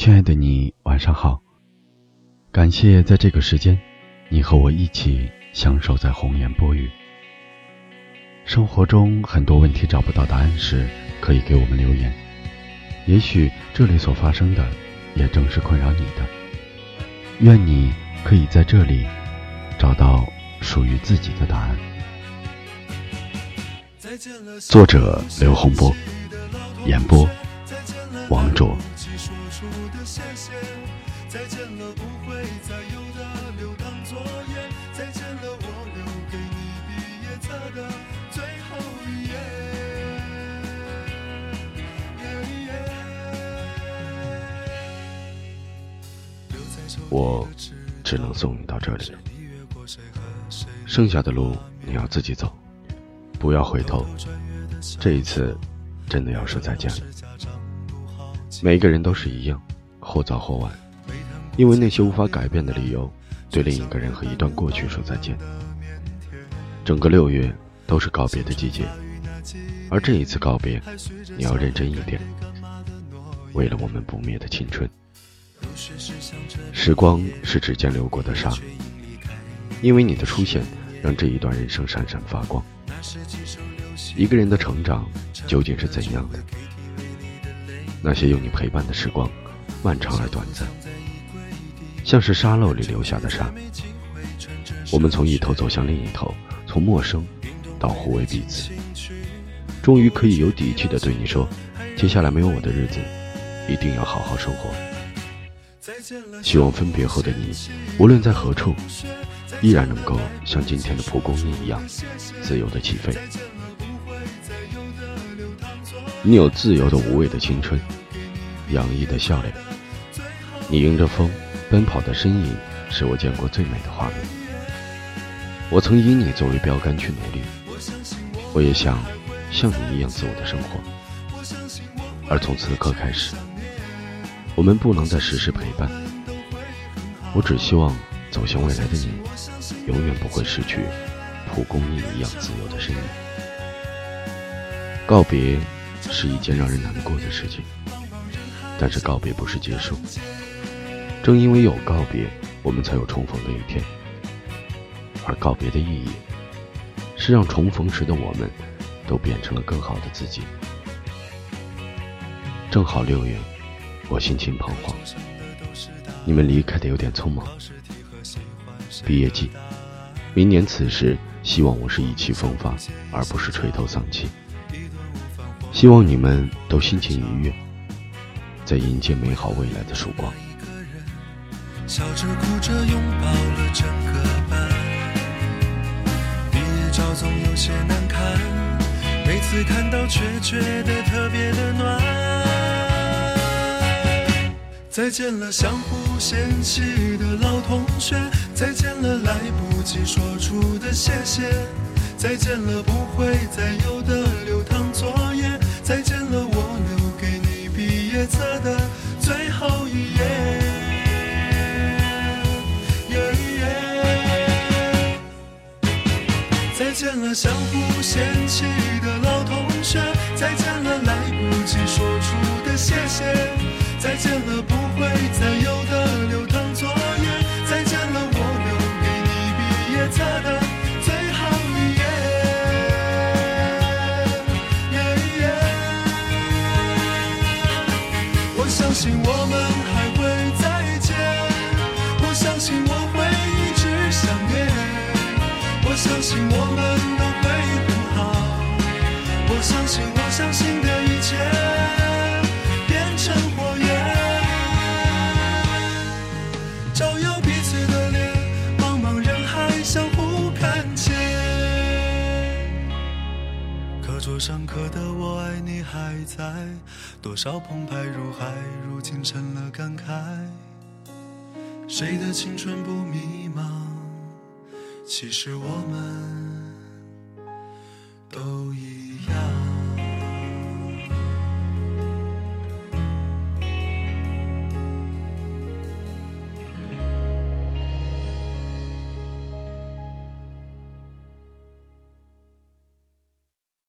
亲爱的你，晚上好。感谢在这个时间，你和我一起相守在红颜薄雨。生活中很多问题找不到答案时，可以给我们留言。也许这里所发生的，也正是困扰你的。愿你可以在这里找到属于自己的答案。作者刘洪波，演播王卓。再见了不会再有的流淌作业，再见了我留给你毕业册的最后一页。我只能送你到这里了，剩下的路你要自己走，不要回头。这一次真的要说再见了。每个人都是一样，或早或晚，因为那些无法改变的理由，对另一个人和一段过去说再见。整个6月都是告别的季节，而这一次告别，你要认真一点，为了我们不灭的青春。时光是指尖流过的沙，因为你的出现，让这一段人生闪闪发光。一个人的成长究竟是怎样的？那些有你陪伴的时光，漫长而短暂，像是沙漏里留下的沙。我们从一头走向另一头，从陌生到互为彼此，终于可以有底气地对你说，接下来没有我的日子，一定要好好生活。希望分别后的你，无论在何处，依然能够像今天的蒲公英一样，自由地起飞。你有自由的无畏的青春，洋溢的笑脸，你迎着风奔跑的身影，是我见过最美的画面。我曾以你作为标杆去努力，我也想像你一样自我的生活。而从此刻开始，我们不能再时时陪伴。我只希望走向未来的你，永远不会失去蒲公英一样自由的身影。告别是一件让人难过的事情，但是告别不是结束。正因为有告别，我们才有重逢的一天。而告别的意义，是让重逢时的我们都变成了更好的自己。正好6月，我心情彷徨，你们离开的有点匆忙。毕业季，明年此时，希望我是意气风发，而不是垂头丧气。希望你们都心情愉悦，在迎接美好未来的曙光。 笑着哭着拥抱了整个班，毕业照总有些难看，每次看到却觉得特别的暖。再见了相互嫌弃的老同学，再见了来不及说出的谢谢，再见了不会再有的流淌作业，再见了我留给你毕业册的最后一页。再见了相互嫌弃的老同学，再见了来不及说出的谢谢，再见了不会再有的流淌作业，再见了我留给你毕业册的最后一页。我相信我们还会再见，我相信我会一直想念，我相信我们都会很好，我相信我相信的一切变成火焰，照耀彼此的脸，茫茫人海相互看见。课桌上刻的我爱你还在，多少澎湃如海，如今成了感慨。谁的青春不迷茫？其实我们都一样。